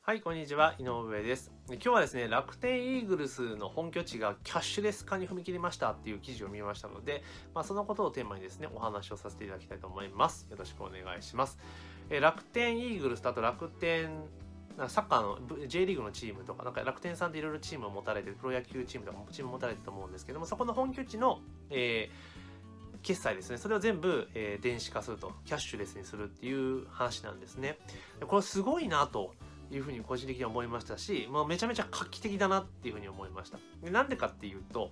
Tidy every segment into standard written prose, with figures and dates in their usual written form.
はい、こんにちは。井上です。今日はですね、楽天イーグルスの本拠地がキャッシュレス化に踏み切りましたっていう記事を見ましたので、そのことをテーマにですね、お話をさせていただきたいと思います。よろしくお願いします。楽天イーグルスとあと楽天サッカーの J リーグのチームとか、楽天さんでいろいろチームを持たれてる、プロ野球チームとかもチームを持たれてると思うんですけども、そこの本拠地の、決済ですね。それを全部、電子化すると、キャッシュレスにするっていう話なんですね。これすごいなというふうに個人的に思いましたし、めちゃめちゃ画期的だなっていうふうに思いました。でなんでかっていうと、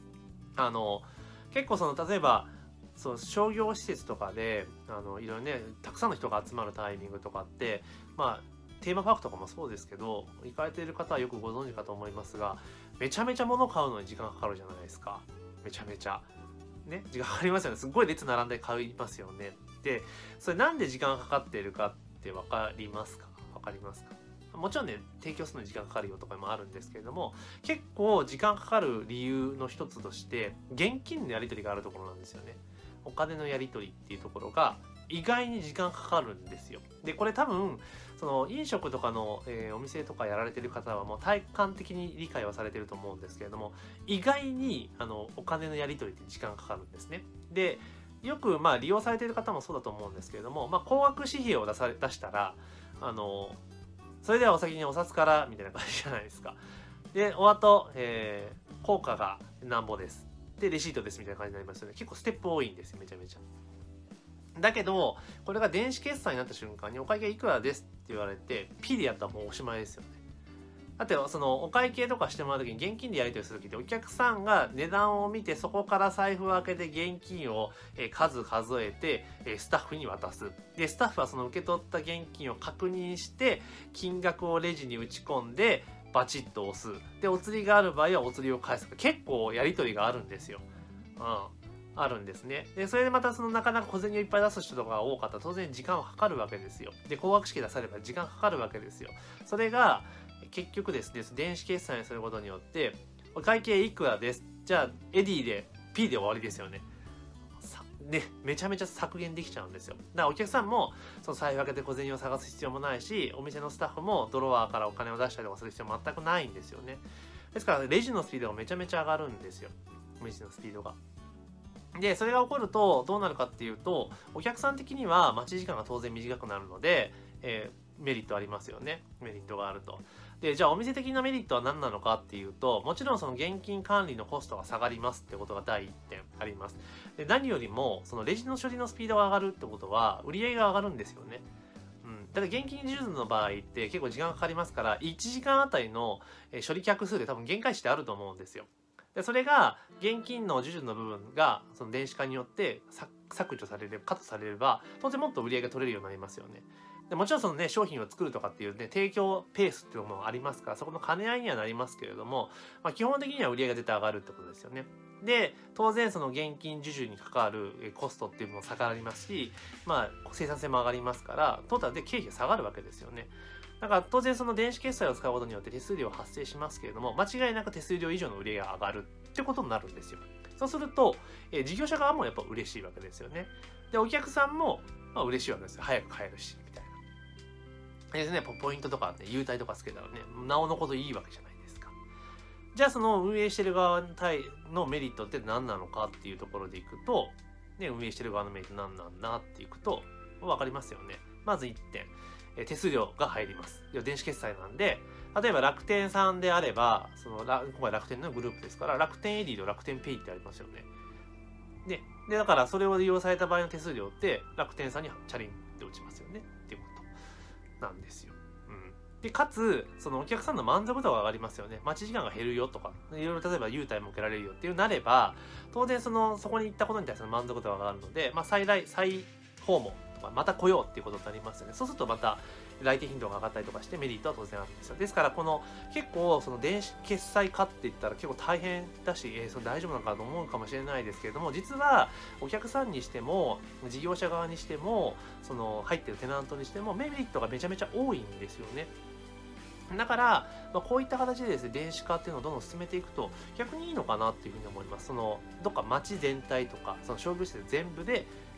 結構例えば、商業施設とかで、いろいろね、たくさんの人が集まるタイミングとかって、テーマパークとかもそうですけど、行かれている方はよくご存知かと思いますが、めちゃめちゃ物買うのに時間かかるじゃないですか。めちゃめちゃ。ね、時間かかりますよね。すっごい列並んで買いますよね。で、それなんで時間かかっているかってわかりますか？もちろんね、提供するのに時間かかるよとかもあるんですけれども、結構時間かかる理由の一つとして、現金のやり取りがあるところなんですよね。お金のやり取りっていうところが、意外に時間かかるんですよ。で、これ多分、飲食とかの、お店とかやられてる方はもう体感的に理解はされてると思うんですけれども、意外に、お金のやり取りって時間かかるんですね。で、よく、利用されている方もそうだと思うんですけれども、高額紙幣を出したら、それではお先にお札からみたいな感じじゃないですか。で、お後、効果がなんぼです。で、レシートですみたいな感じになりますよね。結構ステップ多いんですよ、めちゃめちゃ。だけど、これが電子決済になった瞬間にお会計いくらですって言われて、P でやったらもうおしまいですよね。だって、お会計とかしてもらうときに現金でやり取りするときってお客さんが値段を見てそこから財布を開けて現金を数数えてスタッフに渡す。で、スタッフはその受け取った現金を確認して金額をレジに打ち込んでバチッと押す。で、お釣りがある場合はお釣りを返す。結構やり取りがあるんですよ。あるんですね。で、それでまたなかなか小銭をいっぱい出す人とかが多かったら当然時間はかかるわけですよ。で、高額式出されば時間かかるわけですよ。それが、結局ですね、電子決済にすることによって、お会計いくらです。じゃあ、エディで P で終わりですよね。めちゃめちゃ削減できちゃうんですよ。だからお客さんも、財布開けて小銭を探す必要もないし、お店のスタッフもドロワーからお金を出したりとかする必要も全くないんですよね。ですから、レジのスピードがめちゃめちゃ上がるんですよ。レジのスピードが。で、それが起こるとどうなるかっていうと、お客さん的には待ち時間が当然短くなるので、メリットありますよね。メリットがあると。で、じゃあお店的なメリットは何なのかっていうと、もちろん現金管理のコストが下がりますってことが第一点あります。で、何よりも、レジの処理のスピードが上がるってことは、売り上げが上がるんですよね。だって現金授受の場合って結構時間かかりますから、1時間あたりの処理客数で多分限界値ってあると思うんですよ。で、それが、現金の授受の部分が、電子化によって削除されれば、カットされれば、当然もっと売り上げが取れるようになりますよね。でもちろん商品を作るとかっていうね、提供ペースっていうのもありますから、そこの兼ね合いにはなりますけれども、基本的には売り上げが絶対上がるってことですよね。で、当然現金授受に関わるコストっていうのも下がりますし、生産性も上がりますから、トータルで経費が下がるわけですよね。だから当然電子決済を使うことによって手数料発生しますけれども、間違いなく手数料以上の売り上げが上がるってことになるんですよ。そうすると、事業者側もやっぱ嬉しいわけですよね。で、お客さんも、嬉しいわけですよ。早く買えるし、みたいな。ですね、ポイントとかね、優待とかつけたらね、なおのこといいわけじゃないですか。じゃあ運営してる側のメリットって何なのかっていうところでいくと、ね、運営してる側のメリット何なんだっていくと、わかりますよね。まず1点。手数料が入ります。電子決済なんで、例えば楽天さんであれば、今回楽天のグループですから、楽天エディと楽天ペイってありますよね。で、だからそれを利用された場合の手数料って楽天さんにチャリンって落ちますよねっていうことなんですよ。で、かつ、お客さんの満足度が上がりますよね。待ち時間が減るよとか、いろいろ例えば優待も受けられるよっていうなれば、当然そこに行ったことに対する満足度が上がるので、再訪問とか、また来ようっていうことになりますよね。そうするとまた来店頻度が上がったりとかしてメリットは当然あるんですよ。ですから結構電子決済化って言ったら結構大変だし、大丈夫なのかと思うかもしれないですけれども、実はお客さんにしても事業者側にしても入ってるテナントにしてもメリットがめちゃめちゃ多いんですよね。だから、こういった形でですね、電子化っていうのをどんどん進めていくと逆にいいのかなっていうふうに思います。どっか街全体とか商業施設全部で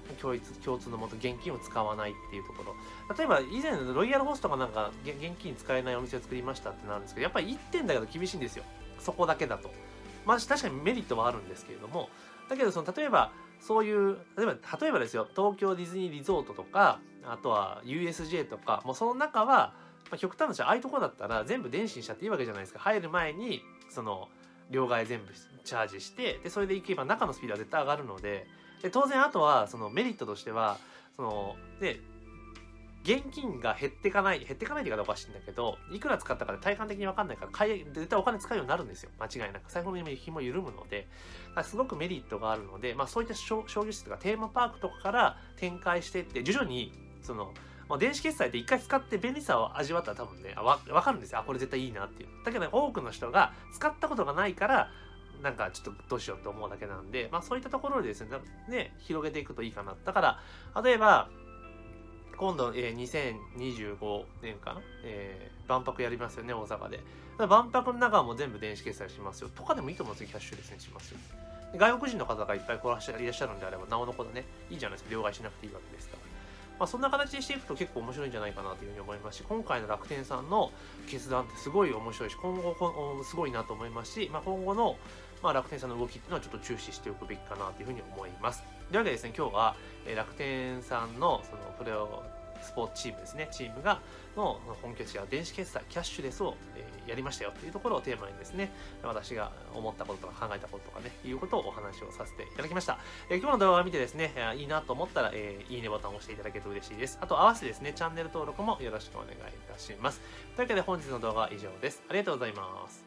共通のもと現金を使わないっていうところ。例えば以前ロイヤルホストがなんか現金使えないお店を作りましたってなるんですけど、やっぱり1点だけど厳しいんですよ、そこだけだと。まあ確かにメリットはあるんですけれども、だけど例えばそういう例えばですよ、東京ディズニーリゾートとか、あとは USJ とか、もうその中は、極端な話、ああいうとこだったら全部電子にしちゃっていいわけじゃないですか。入る前に両替全部チャージして、でそれで行けば中のスピードは絶対上がるので、当然あとはメリットとしては現金が減っていかないって言い方おかしいんだけど、いくら使ったかで体感的に分かんないから絶対お金使うようになるんですよ、間違いなく。財布の紐緩むので、すごくメリットがあるので、そういった商業施設とかテーマパークとかから展開していって、徐々に電子決済って一回使って便利さを味わったら多分ね、分かるんですよ。これ絶対いいなっていう。だけど、多くの人が使ったことがないからなんかちょっとどうしようって思うだけなんで、そういったところでですね、広げていくといいかな。だから例えば今度、2025年かな、万博やりますよね、大阪で。万博の中はもう全部電子決済しますよとかでもいいと思うんですよ。キャッシュレスにしますよ。外国人の方がいっぱいいらっしゃるんであれば、なおのことね、いいじゃないですか。両替しなくていいわけですから。そんな形にしていくと結構面白いんじゃないかなというふうに思いますし、今回の楽天さんの決断ってすごい面白いし、今後すごいなと思いますし、今後の楽天さんの動きっていうのはちょっと注視しておくべきかなというふうに思います。というわけでですね、今日は楽天さんのプレスポーツチームですね、チームの本拠地や電子決済、キャッシュレスをやりましたよというところをテーマにですね、私が思ったこととか考えたこととかね、いうことをお話をさせていただきました。今日の動画を見てですね、いいなと思ったら、いいねボタンを押していただけると嬉しいです。あと合わせてですね、チャンネル登録もよろしくお願いいたします。というわけで本日の動画は以上です。ありがとうございます。